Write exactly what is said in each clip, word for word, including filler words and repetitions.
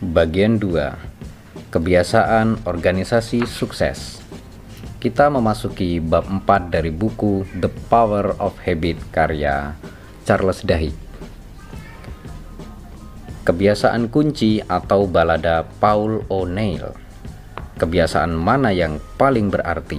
Bagian dua. Kebiasaan organisasi sukses. Kita memasuki bab empat dari buku The Power of Habit karya Charles Duhigg. Kebiasaan kunci atau balada Paul O'Neill. Kebiasaan mana yang paling berarti?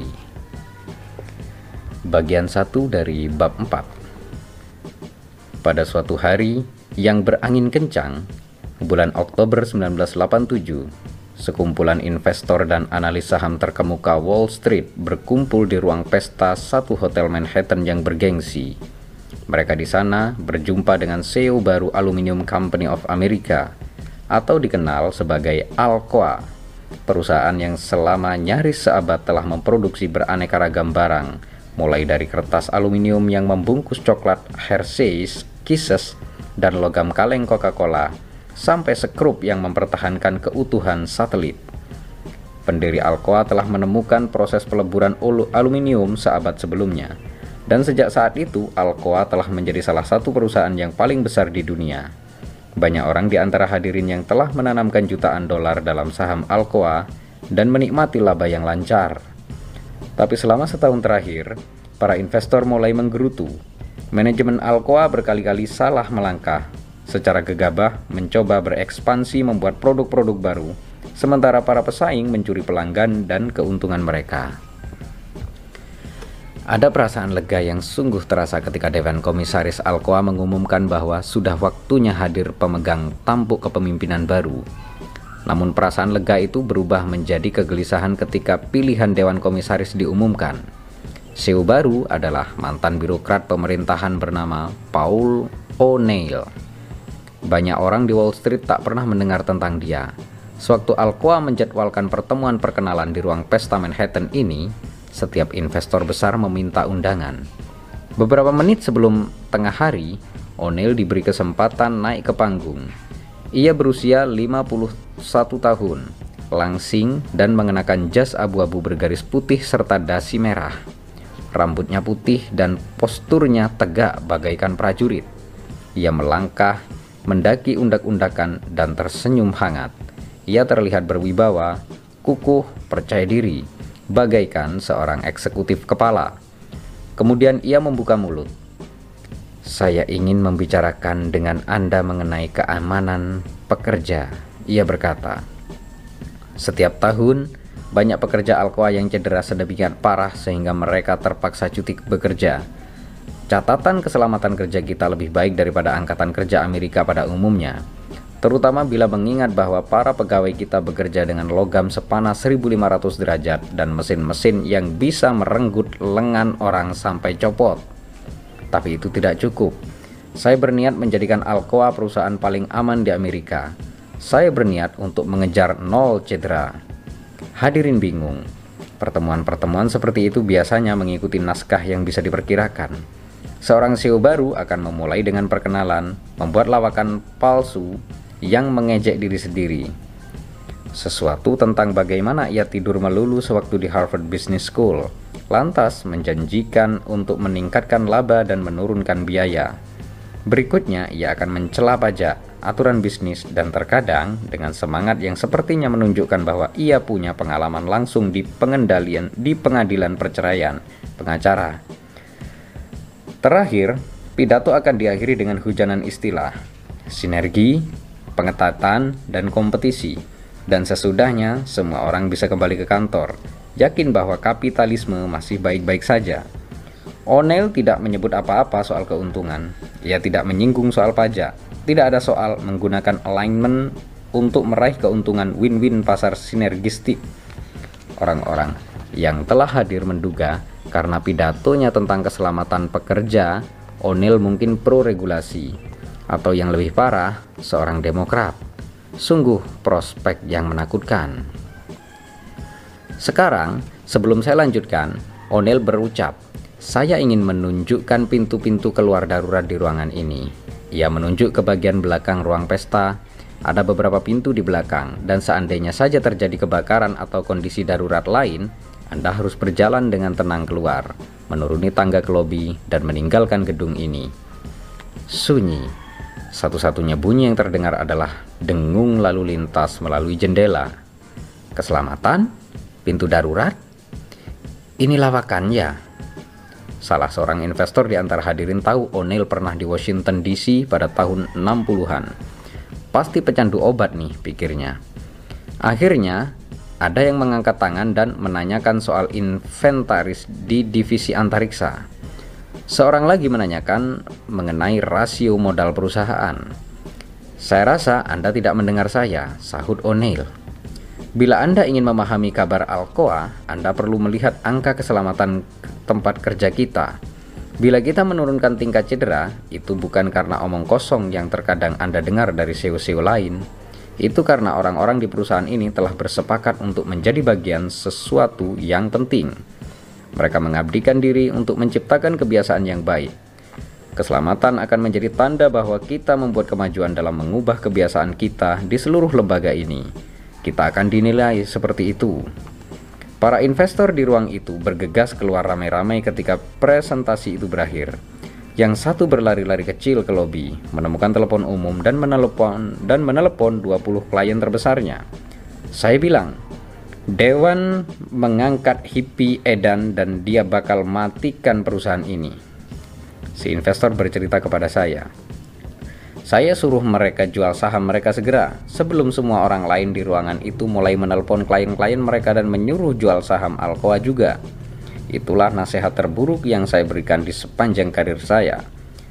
Bagian satu dari bab empat. Pada suatu hari yang berangin kencang, bulan Oktober seribu sembilan ratus delapan puluh tujuh, sekumpulan investor dan analis saham terkemuka Wall Street berkumpul di ruang pesta satu hotel Manhattan yang bergengsi. Mereka di sana berjumpa dengan C E O baru Aluminium Company of America, atau dikenal sebagai Alcoa, perusahaan yang selama nyaris seabad telah memproduksi beraneka ragam barang, mulai dari kertas aluminium yang membungkus coklat Hershey's Kisses dan logam kaleng Coca-Cola, sampai sekrup yang mempertahankan keutuhan satelit. Pendiri Alcoa telah menemukan proses peleburan aluminium seabad sebelumnya, dan sejak saat itu Alcoa telah menjadi salah satu perusahaan yang paling besar di dunia. Banyak orang di antara hadirin yang telah menanamkan jutaan dolar dalam saham Alcoa dan menikmati laba yang lancar. Tapi selama setahun terakhir, para investor mulai menggerutu. Manajemen Alcoa berkali-kali salah melangkah, secara gegabah mencoba berekspansi membuat produk-produk baru, sementara para pesaing mencuri pelanggan dan keuntungan mereka. Ada perasaan lega yang sungguh terasa ketika Dewan Komisaris Alcoa mengumumkan bahwa sudah waktunya hadir pemegang tampuk kepemimpinan baru. Namun perasaan lega itu berubah menjadi kegelisahan ketika pilihan Dewan Komisaris diumumkan. C E O baru adalah mantan birokrat pemerintahan bernama Paul O'Neill. Banyak orang di Wall Street tak pernah mendengar tentang dia. Sewaktu Alcoa menjadwalkan pertemuan perkenalan di ruang pesta Manhattan ini, setiap investor besar meminta undangan. Beberapa menit sebelum tengah hari, O'Neill diberi kesempatan naik ke panggung. Ia berusia lima puluh satu tahun, langsing dan mengenakan jas abu-abu bergaris putih serta dasi merah. Rambutnya putih dan posturnya tegak bagaikan prajurit. Ia melangkah, mendaki undak-undakan dan tersenyum hangat. Ia terlihat berwibawa, kukuh, percaya diri, bagaikan seorang eksekutif kepala. Kemudian ia membuka mulut. "Saya ingin membicarakan dengan Anda mengenai keamanan pekerja," ia berkata. Setiap tahun, banyak pekerja Alcoa yang cedera sedemikian parah sehingga mereka terpaksa cuti bekerja. Catatan keselamatan kerja kita lebih baik daripada angkatan kerja Amerika pada umumnya, terutama bila mengingat bahwa para pegawai kita bekerja dengan logam sepanas seribu lima ratus derajat dan mesin-mesin yang bisa merenggut lengan orang sampai copot. Tapi itu tidak cukup. Saya berniat menjadikan Alcoa perusahaan paling aman di Amerika. Saya berniat untuk mengejar nol cedera. Hadirin bingung. Pertemuan-pertemuan seperti itu biasanya mengikuti naskah yang bisa diperkirakan. Seorang C E O baru akan memulai dengan perkenalan, membuat lawakan palsu yang mengejek diri sendiri. Sesuatu tentang bagaimana ia tidur melulu sewaktu di Harvard Business School, lantas menjanjikan untuk meningkatkan laba dan menurunkan biaya. Berikutnya ia akan mencela pajak, aturan bisnis, dan terkadang dengan semangat yang sepertinya menunjukkan bahwa ia punya pengalaman langsung di pengendalian di pengadilan perceraian, pengacara. Terakhir, pidato akan diakhiri dengan hujanan istilah, sinergi, pengetatan, dan kompetisi. Dan sesudahnya, semua orang bisa kembali ke kantor, yakin bahwa kapitalisme masih baik-baik saja. O'Neill tidak menyebut apa-apa soal keuntungan. Ia tidak menyinggung soal pajak. Tidak ada soal menggunakan alignment untuk meraih keuntungan win-win pasar sinergistik. Orang-orang yang telah hadir menduga karena pidatonya tentang keselamatan pekerja, O'Neill mungkin pro regulasi, atau yang lebih parah, seorang demokrat. Sungguh prospek yang menakutkan. Sekarang, sebelum saya lanjutkan, O'Neill berucap, "Saya ingin menunjukkan pintu-pintu keluar darurat di ruangan ini." Ia menunjuk ke bagian belakang ruang pesta. Ada beberapa pintu di belakang, dan seandainya saja terjadi kebakaran atau kondisi darurat lain, Anda harus berjalan dengan tenang keluar, menuruni tangga ke lobi, dan meninggalkan gedung ini. Sunyi. Satu-satunya bunyi yang terdengar adalah dengung lalu lintas melalui jendela. Keselamatan? Pintu darurat? Ini lawakannya. Salah seorang investor di antara hadirin tahu O'Neill pernah di Washington D C pada tahun enam puluhan. Pasti pecandu obat nih, pikirnya. Akhirnya, ada yang mengangkat tangan dan menanyakan soal inventaris di divisi antariksa. Seorang lagi menanyakan mengenai rasio modal perusahaan. Saya rasa Anda tidak mendengar saya, sahut O'Neill. Bila Anda ingin memahami kabar Alcoa, Anda perlu melihat angka keselamatan tempat kerja kita. Bila kita menurunkan tingkat cedera, itu bukan karena omong kosong yang terkadang Anda dengar dari C E O-C E O lain. Itu karena orang-orang di perusahaan ini telah bersepakat untuk menjadi bagian sesuatu yang penting. Mereka mengabdikan diri untuk menciptakan kebiasaan yang baik. Keselamatan akan menjadi tanda bahwa kita membuat kemajuan dalam mengubah kebiasaan kita di seluruh lembaga ini. Kita akan dinilai seperti itu. Para investor di ruang itu bergegas keluar ramai-ramai ketika presentasi itu berakhir. Yang satu berlari-lari kecil ke lobi, menemukan telepon umum dan menelepon dan menelepon dua puluh klien terbesarnya. Saya bilang, Dewan mengangkat hippie edan dan dia bakal matikan perusahaan ini. Si investor bercerita kepada saya. Saya suruh mereka jual saham mereka segera, sebelum semua orang lain di ruangan itu mulai menelpon klien-klien mereka dan menyuruh jual saham Alcoa juga. Itulah nasihat terburuk yang saya berikan di sepanjang karir saya.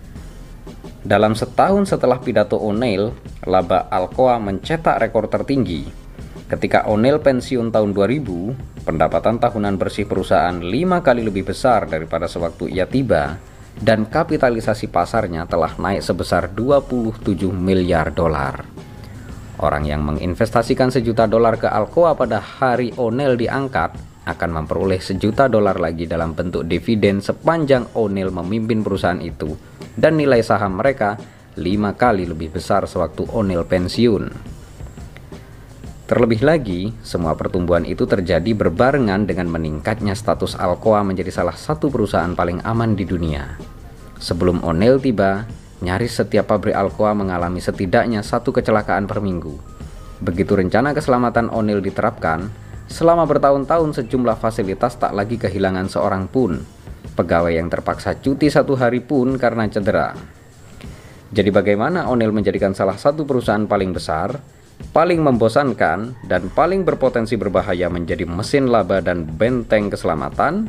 Dalam setahun setelah pidato O'Neill, laba Alcoa mencetak rekor tertinggi. Ketika O'Neill pensiun tahun dua ribu, pendapatan tahunan bersih perusahaan lima kali lebih besar daripada sewaktu ia tiba, dan kapitalisasi pasarnya telah naik sebesar dua puluh tujuh miliar dolar. Orang yang menginvestasikan sejuta dolar ke Alcoa pada hari O'Neill diangkat akan memperoleh sejuta dolar lagi dalam bentuk dividen sepanjang O'Neill memimpin perusahaan itu, dan nilai saham mereka lima kali lebih besar sewaktu O'Neill pensiun. Terlebih lagi, semua pertumbuhan itu terjadi berbarengan dengan meningkatnya status Alcoa menjadi salah satu perusahaan paling aman di dunia. Sebelum O'Neill tiba, nyaris setiap pabrik Alcoa mengalami setidaknya satu kecelakaan per minggu. Begitu rencana keselamatan O'Neill diterapkan, selama bertahun-tahun sejumlah fasilitas tak lagi kehilangan seorang pun. Pegawai yang terpaksa cuti satu hari pun karena cedera. Jadi bagaimana O'Neill menjadikan salah satu perusahaan paling besar, paling membosankan, dan paling berpotensi berbahaya menjadi mesin laba dan benteng keselamatan?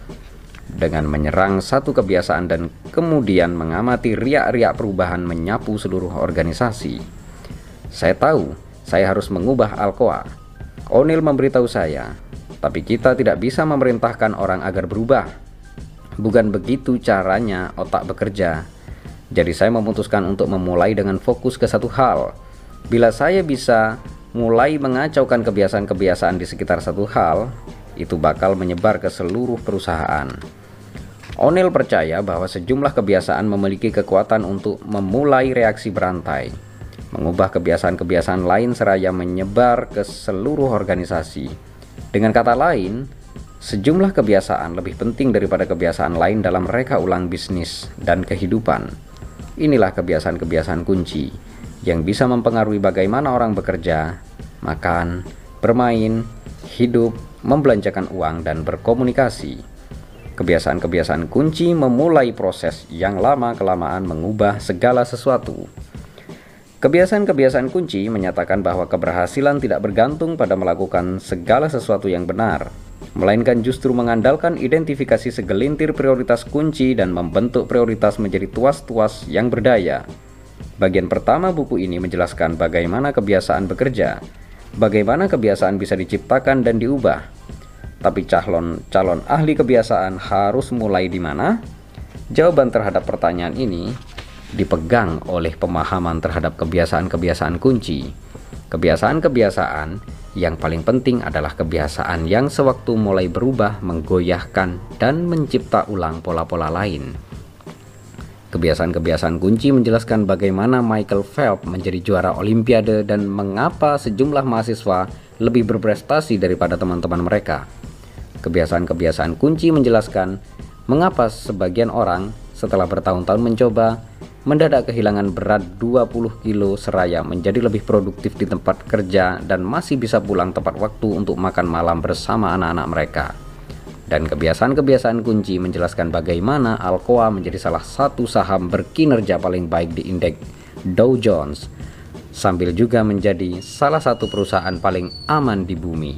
Dengan menyerang satu kebiasaan dan kemudian mengamati riak-riak perubahan menyapu seluruh organisasi. Saya tahu, saya harus mengubah Alcoa. O'Neill memberitahu saya, tapi kita tidak bisa memerintahkan orang agar berubah. Bukan begitu caranya otak bekerja. Jadi saya memutuskan untuk memulai dengan fokus ke satu hal. Bila saya bisa mulai mengacaukan kebiasaan-kebiasaan di sekitar satu hal, itu bakal menyebar ke seluruh perusahaan. O'Neill percaya bahwa sejumlah kebiasaan memiliki kekuatan untuk memulai reaksi berantai, mengubah kebiasaan-kebiasaan lain seraya menyebar ke seluruh organisasi. Dengan kata lain, sejumlah kebiasaan lebih penting daripada kebiasaan lain dalam reka ulang bisnis dan kehidupan. Inilah kebiasaan-kebiasaan kunci yang bisa mempengaruhi bagaimana orang bekerja, makan, bermain, hidup, membelanjakan uang, dan berkomunikasi. Kebiasaan-kebiasaan kunci memulai proses yang lama-kelamaan mengubah segala sesuatu. Kebiasaan-kebiasaan kunci menyatakan bahwa keberhasilan tidak bergantung pada melakukan segala sesuatu yang benar, melainkan justru mengandalkan identifikasi segelintir prioritas kunci dan membentuk prioritas menjadi tuas-tuas yang berdaya. Bagian pertama buku ini menjelaskan bagaimana kebiasaan bekerja, bagaimana kebiasaan bisa diciptakan dan diubah. Tapi calon calon ahli kebiasaan harus mulai di mana? Jawaban terhadap pertanyaan ini dipegang oleh pemahaman terhadap kebiasaan-kebiasaan kunci. Kebiasaan-kebiasaan yang paling penting adalah kebiasaan yang sewaktu mulai berubah menggoyahkan dan mencipta ulang pola-pola lain. Kebiasaan-kebiasaan kunci menjelaskan bagaimana Michael Phelps menjadi juara Olimpiade dan mengapa sejumlah mahasiswa lebih berprestasi daripada teman-teman mereka. Kebiasaan-kebiasaan kunci menjelaskan mengapa sebagian orang setelah bertahun-tahun mencoba mendadak kehilangan berat dua puluh kilo seraya menjadi lebih produktif di tempat kerja dan masih bisa pulang tepat waktu untuk makan malam bersama anak-anak mereka. Dan kebiasaan-kebiasaan kunci menjelaskan bagaimana Alcoa menjadi salah satu saham berkinerja paling baik di indeks Dow Jones, sambil juga menjadi salah satu perusahaan paling aman di bumi.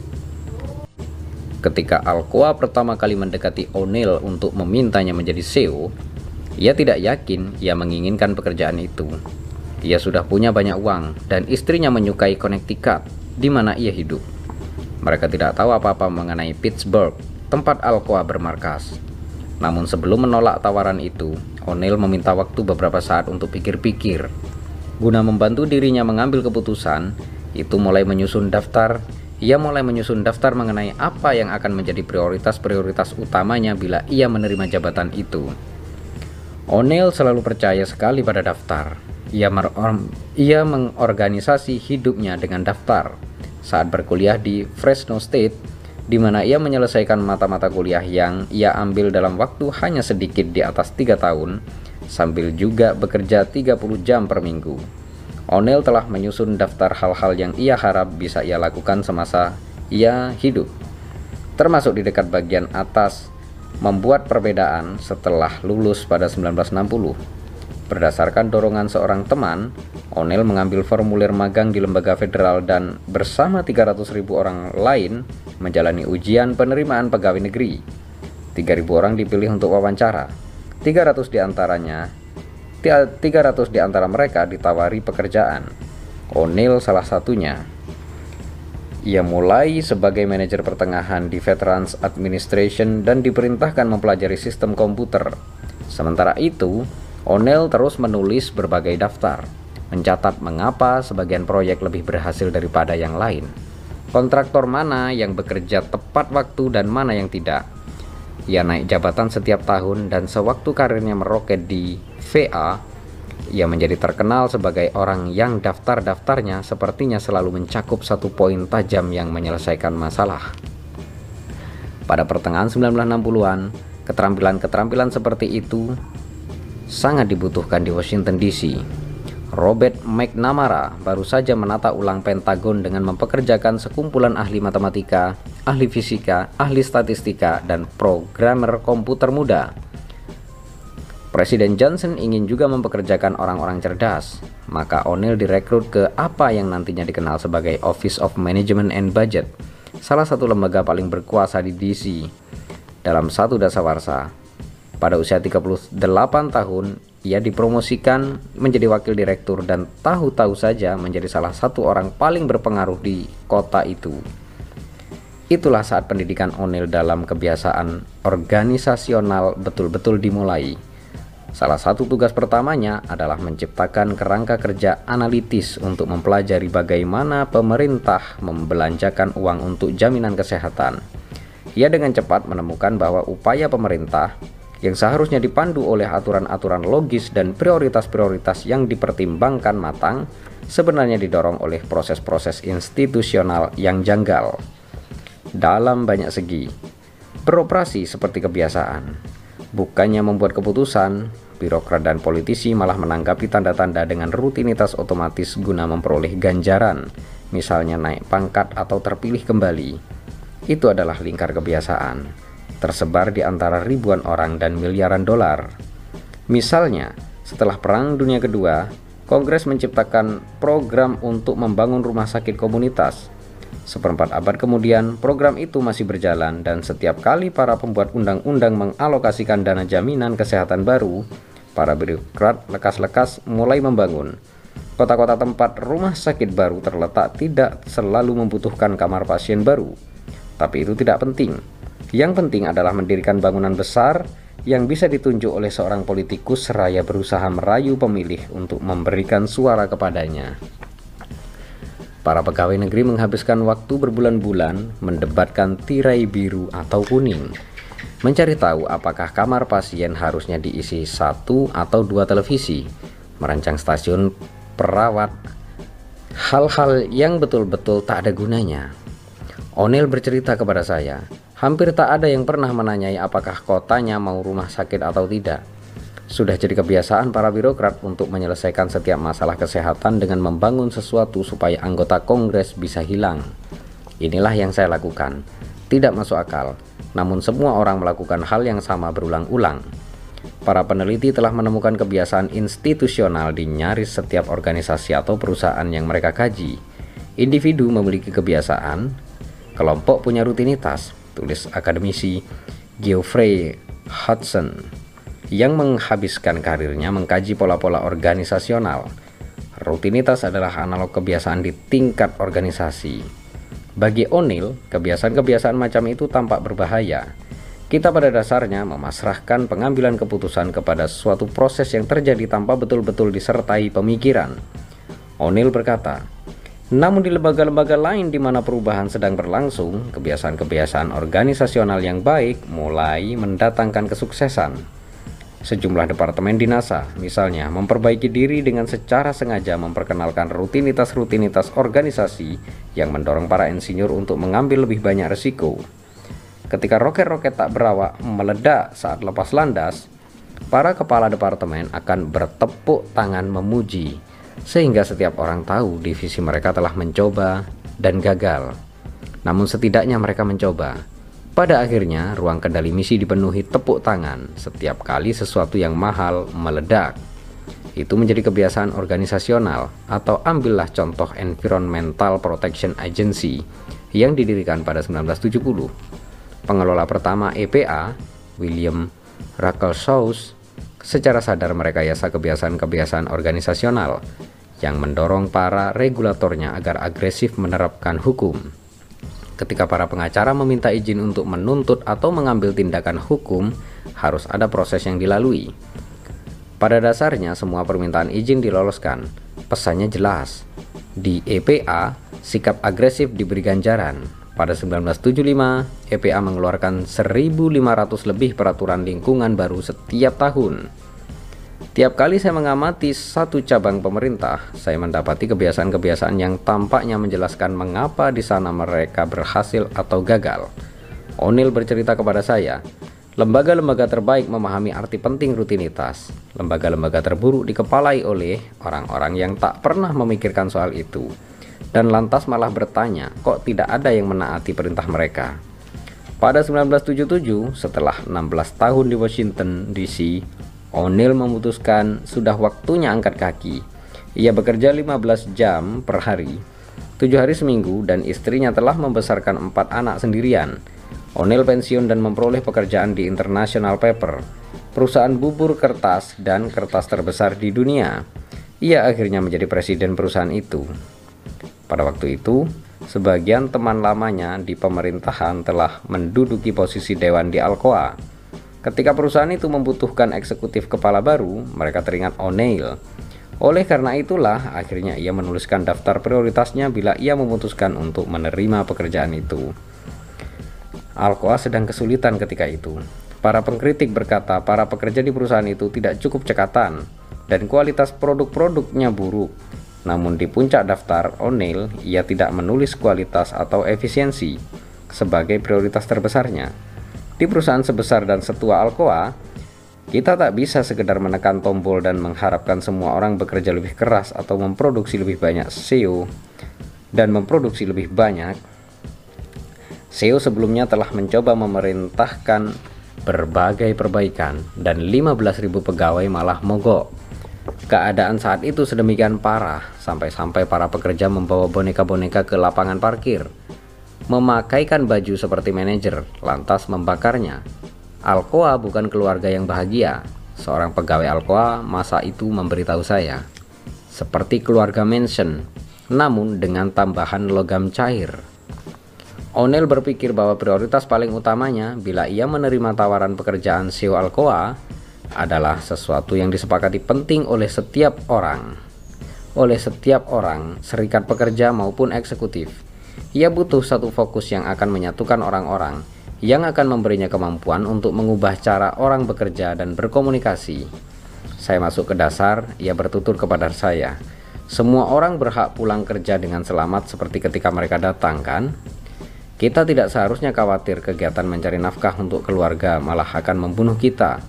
Ketika Alcoa pertama kali mendekati O'Neill untuk memintanya menjadi C E O, ia tidak yakin ia menginginkan pekerjaan itu. Ia sudah punya banyak uang dan istrinya menyukai Connecticut, di mana ia hidup. Mereka tidak tahu apa-apa mengenai Pittsburgh, tempat Alcoa bermarkas. Namun sebelum menolak tawaran itu, O'Neill meminta waktu beberapa saat untuk pikir-pikir. Guna membantu dirinya mengambil keputusan, itu mulai menyusun daftar Ia mulai menyusun daftar mengenai apa yang akan menjadi prioritas-prioritas utamanya bila ia menerima jabatan itu. O'Neill selalu percaya sekali pada daftar. Ia, ia mengorganisasi hidupnya dengan daftar. Saat berkuliah di Fresno State, di mana ia menyelesaikan mata-mata kuliah yang ia ambil dalam waktu hanya sedikit di atas tiga tahun, sambil juga bekerja tiga puluh jam per minggu. O'Neill telah menyusun daftar hal-hal yang ia harap bisa ia lakukan semasa ia hidup, termasuk di dekat bagian atas, membuat perbedaan setelah lulus pada sembilan belas enam puluh. Berdasarkan dorongan seorang teman, O'Neill mengambil formulir magang di lembaga federal dan bersama tiga ratus ribu orang lain menjalani ujian penerimaan pegawai negeri. tiga ribu orang dipilih untuk wawancara. tiga ratus diantaranya tiga ratus di antara mereka ditawari pekerjaan. O'Neill salah satunya. Ia mulai sebagai manajer pertengahan di Veterans Administration dan diperintahkan mempelajari sistem komputer. Sementara itu, O'Neill terus menulis berbagai daftar, mencatat mengapa sebagian proyek lebih berhasil daripada yang lain, kontraktor mana yang bekerja tepat waktu dan mana yang tidak. Ia naik jabatan setiap tahun dan sewaktu karirnya meroket di V A, ia menjadi terkenal sebagai orang yang daftar-daftarnya sepertinya selalu mencakup satu poin tajam yang menyelesaikan masalah. Pada pertengahan sembilan belas enam puluhan, keterampilan-keterampilan seperti itu sangat dibutuhkan di Washington D C. Robert McNamara baru saja menata ulang Pentagon dengan mempekerjakan sekumpulan ahli matematika, ahli fisika, ahli statistika, dan programmer komputer muda. Presiden Johnson ingin juga mempekerjakan orang-orang cerdas, maka O'Neill direkrut ke apa yang nantinya dikenal sebagai Office of Management and Budget, salah satu lembaga paling berkuasa di D C. Dalam satu dasawarsa, pada usia tiga puluh delapan tahun, ia dipromosikan menjadi wakil direktur dan tahu-tahu saja menjadi salah satu orang paling berpengaruh di kota itu. Itulah saat pendidikan O'Neill dalam kebiasaan organisasional betul-betul dimulai. Salah satu tugas pertamanya adalah menciptakan kerangka kerja analitis untuk mempelajari bagaimana pemerintah membelanjakan uang untuk jaminan kesehatan. Ia dengan cepat menemukan bahwa upaya pemerintah yang seharusnya dipandu oleh aturan-aturan logis dan prioritas-prioritas yang dipertimbangkan matang, sebenarnya didorong oleh proses-proses institusional yang janggal. Dalam banyak segi, beroperasi seperti kebiasaan. Bukannya membuat keputusan, birokrat dan politisi malah menanggapi tanda-tanda dengan rutinitas otomatis guna memperoleh ganjaran, misalnya naik pangkat atau terpilih kembali. Itu adalah lingkar kebiasaan, tersebar di antara ribuan orang dan miliaran dolar. Misalnya, setelah Perang Dunia Kedua, Kongres menciptakan program untuk membangun rumah sakit komunitas. Seperempat abad kemudian, program itu masih berjalan dan setiap kali para pembuat undang-undang mengalokasikan dana jaminan kesehatan baru, para birokrat lekas-lekas mulai membangun. Kota-kota tempat rumah sakit baru terletak tidak selalu membutuhkan kamar pasien baru, tapi itu tidak penting. Yang penting adalah mendirikan bangunan besar yang bisa ditunjuk oleh seorang politikus seraya berusaha merayu pemilih untuk memberikan suara kepadanya. Para pegawai negeri menghabiskan waktu berbulan-bulan mendebatkan tirai biru atau kuning, mencari tahu apakah kamar pasien harusnya diisi satu atau dua televisi, merancang stasiun perawat, hal-hal yang betul-betul tak ada gunanya. O'Neill bercerita kepada saya, hampir tak ada yang pernah menanyai apakah kotanya mau rumah sakit atau tidak. Sudah jadi kebiasaan para birokrat untuk menyelesaikan setiap masalah kesehatan dengan membangun sesuatu supaya anggota Kongres bisa hilang. Inilah yang saya lakukan. Tidak masuk akal, namun semua orang melakukan hal yang sama berulang-ulang. Para peneliti telah menemukan kebiasaan institusional di nyaris setiap organisasi atau perusahaan yang mereka kaji. Individu memiliki kebiasaan, kelompok punya rutinitas, tulis akademisi Geoffrey Hudson, yang menghabiskan karirnya mengkaji pola-pola organisasional. Rutinitas adalah analog kebiasaan di tingkat organisasi. Bagi O'Neill, kebiasaan-kebiasaan macam itu tampak berbahaya. Kita pada dasarnya memasrahkan pengambilan keputusan kepada suatu proses yang terjadi tanpa betul-betul disertai pemikiran. O'Neill berkata, namun di lembaga-lembaga lain di mana perubahan sedang berlangsung, kebiasaan-kebiasaan organisasional yang baik mulai mendatangkan kesuksesan. Sejumlah departemen di NASA, misalnya, memperbaiki diri dengan secara sengaja memperkenalkan rutinitas-rutinitas organisasi yang mendorong para insinyur untuk mengambil lebih banyak risiko. Ketika roket-roket tak berawak meledak saat lepas landas, para kepala departemen akan bertepuk tangan memuji, sehingga setiap orang tahu divisi mereka telah mencoba dan gagal. Namun setidaknya mereka mencoba. Pada akhirnya, ruang kendali misi dipenuhi tepuk tangan setiap kali sesuatu yang mahal meledak. Itu menjadi kebiasaan organisasional, atau ambillah contoh Environmental Protection Agency yang didirikan pada seribu sembilan ratus tujuh puluh. Pengelola pertama E P A, William Ruckelshaus, secara sadar merekayasa kebiasaan-kebiasaan organisasional yang mendorong para regulatornya agar agresif menerapkan hukum. Ketika para pengacara meminta izin untuk menuntut atau mengambil tindakan hukum, harus ada proses yang dilalui. Pada dasarnya, semua permintaan izin diloloskan. Pesannya jelas. Di E P A, sikap agresif diberi ganjaran. Pada seribu sembilan ratus tujuh puluh lima, E P A mengeluarkan seribu lima ratus lebih peraturan lingkungan baru setiap tahun. Tiap kali saya mengamati satu cabang pemerintah, saya mendapati kebiasaan-kebiasaan yang tampaknya menjelaskan mengapa di sana mereka berhasil atau gagal. O'Neill bercerita kepada saya, lembaga-lembaga terbaik memahami arti penting rutinitas. Lembaga-lembaga terburuk dikepalai oleh orang-orang yang tak pernah memikirkan soal itu, dan lantas malah bertanya, kok tidak ada yang menaati perintah mereka. Pada seribu sembilan ratus tujuh puluh tujuh, setelah enam belas tahun di Washington D C, O'Neill memutuskan sudah waktunya angkat kaki. Ia bekerja lima belas jam per hari, tujuh hari seminggu, dan istrinya telah membesarkan empat anak sendirian. O'Neill pensiun dan memperoleh pekerjaan di International Paper, perusahaan bubur kertas dan kertas terbesar di dunia. Ia akhirnya menjadi presiden perusahaan itu. Pada waktu itu, sebagian teman lamanya di pemerintahan telah menduduki posisi dewan di Alcoa. Ketika perusahaan itu membutuhkan eksekutif kepala baru, mereka teringat O'Neill. Oleh karena itulah, akhirnya ia menuliskan daftar prioritasnya bila ia memutuskan untuk menerima pekerjaan itu. Alcoa sedang kesulitan ketika itu. Para pengkritik berkata para pekerja di perusahaan itu tidak cukup cekatan dan kualitas produk-produknya buruk. Namun di puncak daftar O'Neill, ia tidak menulis kualitas atau efisiensi sebagai prioritas terbesarnya. Di perusahaan sebesar dan setua Alcoa, kita tak bisa sekedar menekan tombol dan mengharapkan semua orang bekerja lebih keras atau memproduksi lebih banyak C E O dan memproduksi lebih banyak. C E O sebelumnya telah mencoba memerintahkan berbagai perbaikan dan lima belas ribu pegawai malah mogok. Keadaan saat itu sedemikian parah sampai-sampai para pekerja membawa boneka-boneka ke lapangan parkir, memakaikan baju seperti manajer, lantas membakarnya. Alcoa bukan keluarga yang bahagia. Seorang pegawai Alcoa masa itu memberitahu saya, seperti keluarga Manson, namun dengan tambahan logam cair. O'Neill berpikir bahwa prioritas paling utamanya bila ia menerima tawaran pekerjaan C E O Alcoa adalah sesuatu yang disepakati penting oleh setiap orang, oleh setiap orang, serikat pekerja maupun eksekutif. Ia butuh satu fokus yang akan menyatukan orang-orang, yang akan memberinya kemampuan untuk mengubah cara orang bekerja dan berkomunikasi. Saya masuk ke dasar, ia bertutur kepada saya, semua orang berhak pulang kerja dengan selamat seperti ketika mereka datang, kan? Kita tidak seharusnya khawatir kegiatan mencari nafkah untuk keluarga malah akan membunuh kita.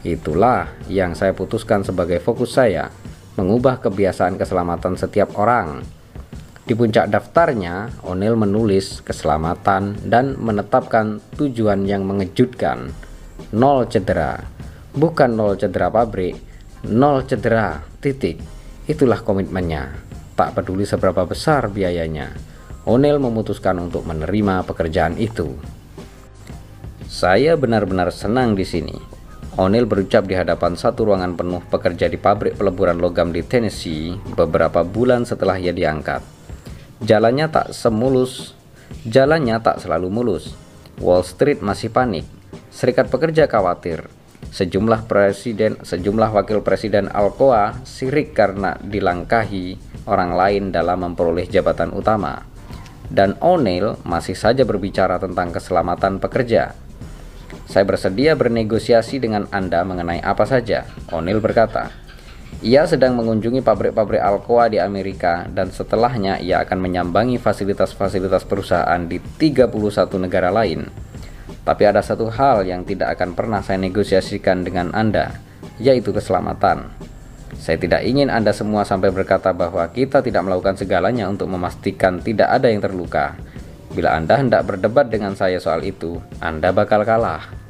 Itulah yang saya putuskan sebagai fokus saya, mengubah kebiasaan keselamatan setiap orang. Di puncak daftarnya, O'Neill menulis keselamatan dan menetapkan tujuan yang mengejutkan. Nol cedera. Bukan nol cedera pabrik, nol cedera, titik. Itulah komitmennya. Tak peduli seberapa besar biayanya, O'Neill memutuskan untuk menerima pekerjaan itu. Saya benar-benar senang di sini. O'Neill berucap di hadapan satu ruangan penuh pekerja di pabrik peleburan logam di Tennessee beberapa bulan setelah ia diangkat. Jalannya tak semulus, jalannya tak selalu mulus. Wall Street masih panik. Serikat pekerja khawatir. Sejumlah presiden, sejumlah wakil presiden Alcoa sirik karena dilangkahi orang lain dalam memperoleh jabatan utama. Dan O'Neill masih saja berbicara tentang keselamatan pekerja. Saya bersedia bernegosiasi dengan Anda mengenai apa saja, O'Neill berkata. Ia sedang mengunjungi pabrik-pabrik Alcoa di Amerika dan setelahnya ia akan menyambangi fasilitas-fasilitas perusahaan di tiga puluh satu negara lain. Tapi ada satu hal yang tidak akan pernah saya negosiasikan dengan Anda, yaitu keselamatan. Saya tidak ingin Anda semua sampai berkata bahwa kita tidak melakukan segalanya untuk memastikan tidak ada yang terluka. Bila Anda hendak berdebat dengan saya soal itu, Anda bakal kalah.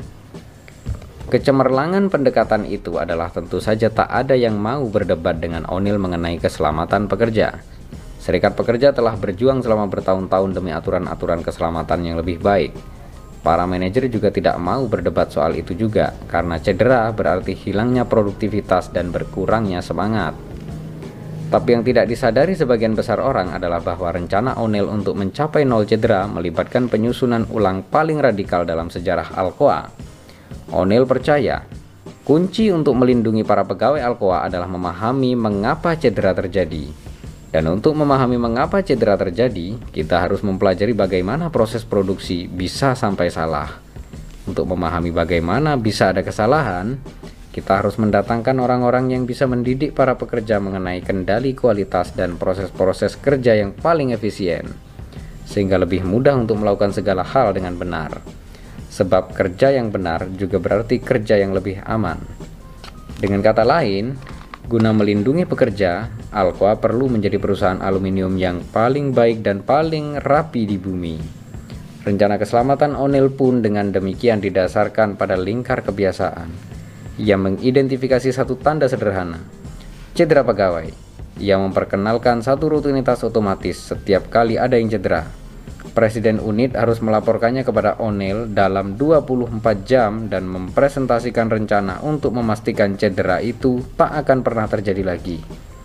Kecemerlangan pendekatan itu adalah tentu saja tak ada yang mau berdebat dengan O'Neill mengenai keselamatan pekerja. Serikat pekerja telah berjuang selama bertahun-tahun demi aturan-aturan keselamatan yang lebih baik. Para manajer juga tidak mau berdebat soal itu juga, karena cedera berarti hilangnya produktivitas dan berkurangnya semangat. Tapi yang tidak disadari sebagian besar orang adalah bahwa rencana O'Neill untuk mencapai nol cedera melibatkan penyusunan ulang paling radikal dalam sejarah Alcoa. O'Neill percaya, kunci untuk melindungi para pegawai Alcoa adalah memahami mengapa cedera terjadi. Dan untuk memahami mengapa cedera terjadi, kita harus mempelajari bagaimana proses produksi bisa sampai salah. Untuk memahami bagaimana bisa ada kesalahan, kita harus mendatangkan orang-orang yang bisa mendidik para pekerja mengenai kendali kualitas dan proses-proses kerja yang paling efisien, sehingga lebih mudah untuk melakukan segala hal dengan benar. Sebab kerja yang benar juga berarti kerja yang lebih aman. Dengan kata lain, guna melindungi pekerja, Alcoa perlu menjadi perusahaan aluminium yang paling baik dan paling rapi di bumi. Rencana keselamatan O'Neill pun dengan demikian didasarkan pada lingkar kebiasaan. Ia mengidentifikasi satu tanda sederhana, cedera pegawai. Ia memperkenalkan satu rutinitas otomatis setiap kali ada yang cedera. Presiden unit harus melaporkannya kepada O'Neill dalam dua puluh empat jam dan mempresentasikan rencana untuk memastikan cedera itu tak akan pernah terjadi lagi.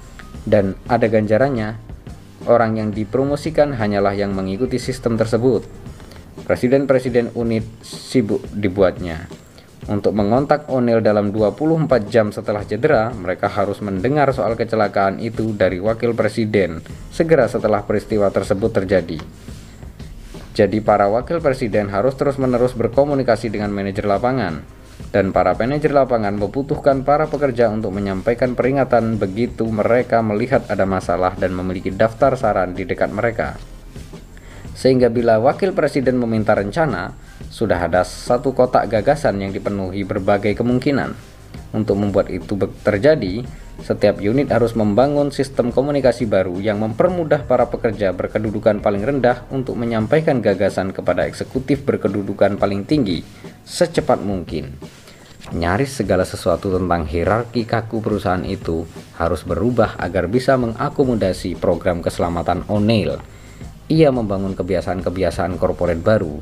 Dan ada ganjarannya, orang yang dipromosikan hanyalah yang mengikuti sistem tersebut. Presiden-presiden unit sibuk dibuatnya. Untuk mengontak O'Neill dalam dua puluh empat jam setelah cedera, mereka harus mendengar soal kecelakaan itu dari wakil presiden segera setelah peristiwa tersebut terjadi. Jadi para wakil presiden harus terus-menerus berkomunikasi dengan manajer lapangan, dan para manajer lapangan membutuhkan para pekerja untuk menyampaikan peringatan begitu mereka melihat ada masalah dan memiliki daftar saran di dekat mereka. Sehingga bila wakil presiden meminta rencana, sudah ada satu kotak gagasan yang dipenuhi berbagai kemungkinan. Untuk membuat itu terjadi, setiap unit harus membangun sistem komunikasi baru yang mempermudah para pekerja berkedudukan paling rendah untuk menyampaikan gagasan kepada eksekutif berkedudukan paling tinggi secepat mungkin. Nyaris segala sesuatu tentang hierarki kaku perusahaan itu harus berubah agar bisa mengakomodasi program keselamatan O'Neill. Ia membangun kebiasaan-kebiasaan korporat baru.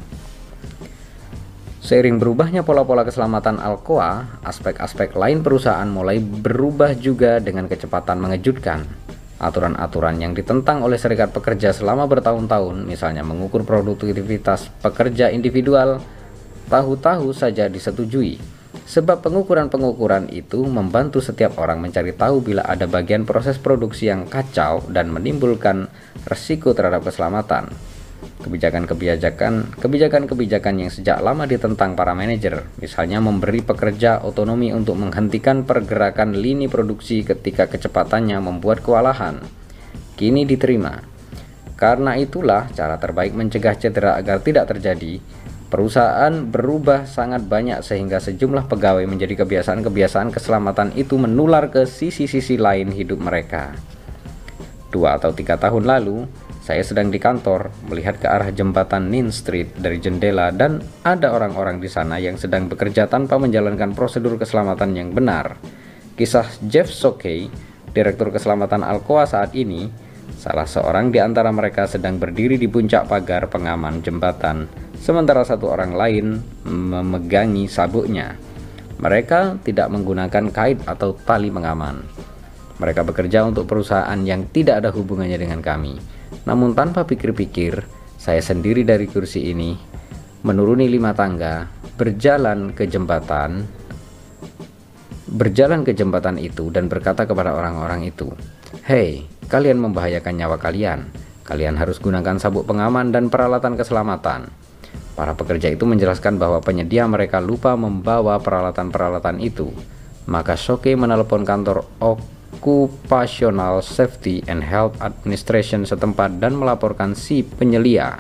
Seiring berubahnya pola-pola keselamatan Alcoa, aspek-aspek lain perusahaan mulai berubah juga dengan kecepatan mengejutkan. Aturan-aturan yang ditentang oleh serikat pekerja selama bertahun-tahun, misalnya mengukur produktivitas pekerja individual, tahu-tahu saja disetujui. Sebab pengukuran-pengukuran itu membantu setiap orang mencari tahu bila ada bagian proses produksi yang kacau dan menimbulkan resiko terhadap keselamatan. Kebijakan-kebijakan kebijakan-kebijakan yang sejak lama ditentang para manajer, misalnya memberi pekerja otonomi untuk menghentikan pergerakan lini produksi ketika kecepatannya membuat kewalahan, kini diterima. Karena itulah cara terbaik mencegah cedera agar tidak terjadi, Perusahaan berubah sangat banyak sehingga sejumlah pegawai menjadi kebiasaan-kebiasaan keselamatan itu menular ke sisi-sisi lain hidup mereka. Dua atau tiga tahun lalu, saya sedang di kantor melihat ke arah jembatan Nin Street dari jendela dan ada orang-orang di sana yang sedang bekerja tanpa menjalankan prosedur keselamatan yang benar. Kisah Jeff Sokey, Direktur Keselamatan Alcoa saat ini, salah seorang di antara mereka sedang berdiri di puncak pagar pengaman jembatan, sementara satu orang lain memegangi sabuknya. Mereka tidak menggunakan kait atau tali pengaman. Mereka bekerja untuk perusahaan yang tidak ada hubungannya dengan kami. Namun tanpa pikir-pikir, saya sendiri dari kursi ini menuruni lima tangga, berjalan ke jembatan, berjalan ke jembatan itu dan berkata kepada orang-orang itu, "Hei, kalian membahayakan nyawa kalian. Kalian harus gunakan sabuk pengaman dan peralatan keselamatan." Para pekerja itu menjelaskan bahwa penyedia mereka lupa membawa peralatan-peralatan itu. Maka Sokey menelepon kantor Occupational Safety and Health Administration setempat dan melaporkan si penyelia.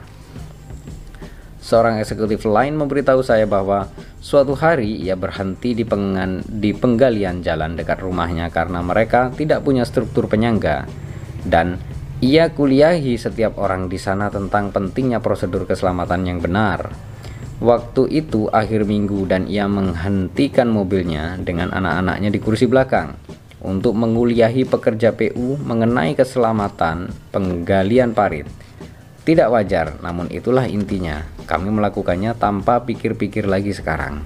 Seorang eksekutif lain memberitahu saya bahwa suatu hari ia berhenti di, pengan, di penggalian jalan dekat rumahnya karena mereka tidak punya struktur penyangga, dan ia kuliahi setiap orang di sana tentang pentingnya prosedur keselamatan yang benar. Waktu itu akhir minggu dan ia menghentikan mobilnya dengan anak-anaknya di kursi belakang untuk menguliahi pekerja P U mengenai keselamatan penggalian parit. Tidak wajar, namun itulah intinya. Kami melakukannya tanpa pikir-pikir lagi sekarang.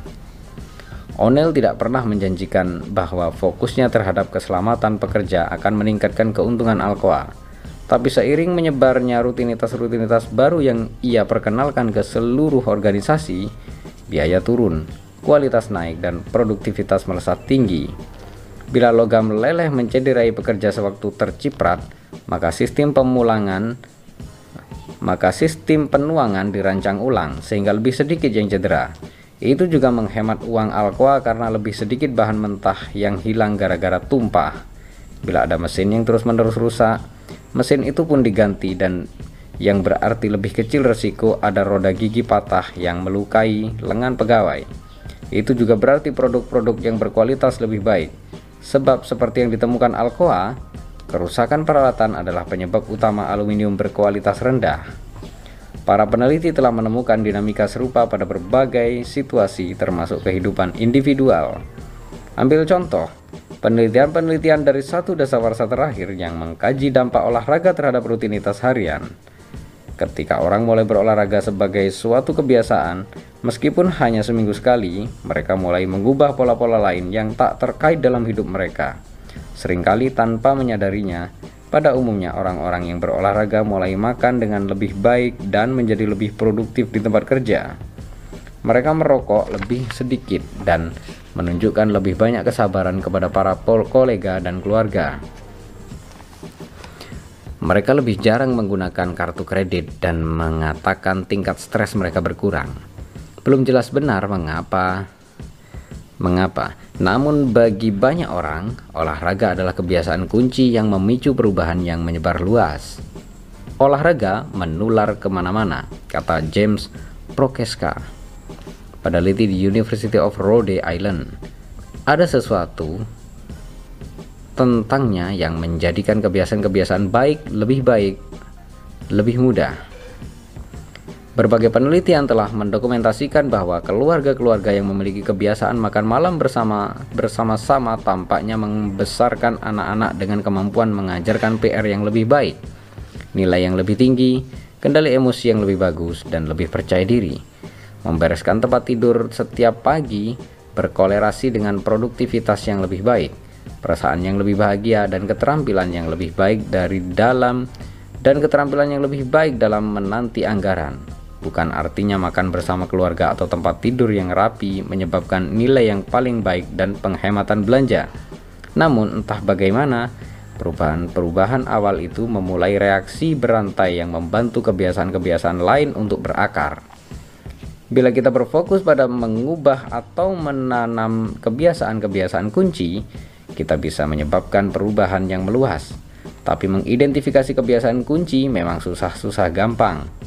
O'Neill tidak pernah menjanjikan bahwa fokusnya terhadap keselamatan pekerja akan meningkatkan keuntungan Alcoa. Tapi seiring menyebarnya rutinitas-rutinitas baru yang ia perkenalkan ke seluruh organisasi, biaya turun, kualitas naik, dan produktivitas melesat tinggi. Bila logam leleh mencederai pekerja sewaktu terciprat, maka sistem pemulangan maka sistem penuangan dirancang ulang sehingga lebih sedikit yang cedera. Itu juga menghemat uang Alcoa karena lebih sedikit bahan mentah yang hilang gara-gara tumpah. Bila ada mesin yang terus-menerus rusak, mesin itu pun diganti, dan yang berarti lebih kecil resiko ada roda gigi patah yang melukai lengan pegawai. Itu juga berarti produk-produk yang berkualitas lebih baik. Sebab seperti yang ditemukan Alcoa, kerusakan peralatan adalah penyebab utama aluminium berkualitas rendah. Para peneliti telah menemukan dinamika serupa pada berbagai situasi termasuk kehidupan individual. Ambil contoh, penelitian-penelitian dari satu dasawarsa terakhir yang mengkaji dampak olahraga terhadap rutinitas harian. Ketika orang mulai berolahraga sebagai suatu kebiasaan, meskipun hanya seminggu sekali, mereka mulai mengubah pola-pola lain yang tak terkait dalam hidup mereka. Seringkali tanpa menyadarinya, pada umumnya orang-orang yang berolahraga mulai makan dengan lebih baik dan menjadi lebih produktif di tempat kerja. Mereka merokok lebih sedikit dan menunjukkan lebih banyak kesabaran kepada para kolega dan keluarga. Mereka lebih jarang menggunakan kartu kredit dan mengatakan tingkat stres mereka berkurang. Belum jelas benar mengapa. Mengapa? Namun bagi banyak orang, olahraga adalah kebiasaan kunci yang memicu perubahan yang menyebar luas. Olahraga menular kemana-mana, kata James Prokeska, peneliti di University of Rhode Island. Ada sesuatu tentangnya yang menjadikan kebiasaan-kebiasaan baik lebih baik, lebih mudah. Berbagai penelitian telah mendokumentasikan bahwa keluarga-keluarga yang memiliki kebiasaan makan malam bersama bersama-sama tampaknya membesarkan anak-anak dengan kemampuan mengajarkan P R yang lebih baik, nilai yang lebih tinggi, kendali emosi yang lebih bagus, dan lebih percaya diri. Membereskan tempat tidur setiap pagi berkolerasi dengan produktivitas yang lebih baik, perasaan yang lebih bahagia, dan keterampilan yang lebih baik dari dalam dan keterampilan yang lebih baik dalam menanti anggaran. Bukan artinya makan bersama keluarga atau tempat tidur yang rapi menyebabkan nilai yang paling baik dan penghematan belanja. Namun entah bagaimana, perubahan-perubahan awal itu memulai reaksi berantai yang membantu kebiasaan-kebiasaan lain untuk berakar. Bila kita berfokus pada mengubah atau menanam kebiasaan-kebiasaan kunci, kita bisa menyebabkan perubahan yang meluas. Tapi mengidentifikasi kebiasaan kunci memang susah-susah gampang.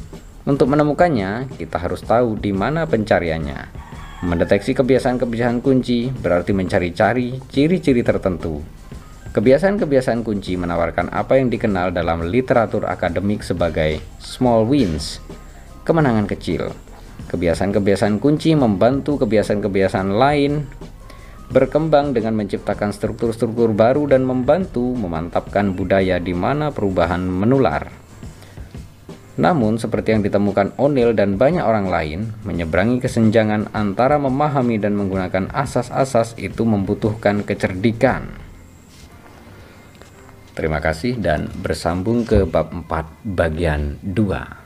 Untuk menemukannya, kita harus tahu di mana pencariannya. Mendeteksi kebiasaan-kebiasaan kunci berarti mencari-cari ciri-ciri tertentu. Kebiasaan-kebiasaan kunci menawarkan apa yang dikenal dalam literatur akademik sebagai small wins, kemenangan kecil. Kebiasaan-kebiasaan kunci membantu kebiasaan-kebiasaan lain berkembang dengan menciptakan struktur-struktur baru dan membantu memantapkan budaya di mana perubahan menular. Namun, seperti yang ditemukan O'Neill dan banyak orang lain, menyeberangi kesenjangan antara memahami dan menggunakan asas-asas itu membutuhkan kecerdikan. Terima kasih dan bersambung ke bab empat bagian dua.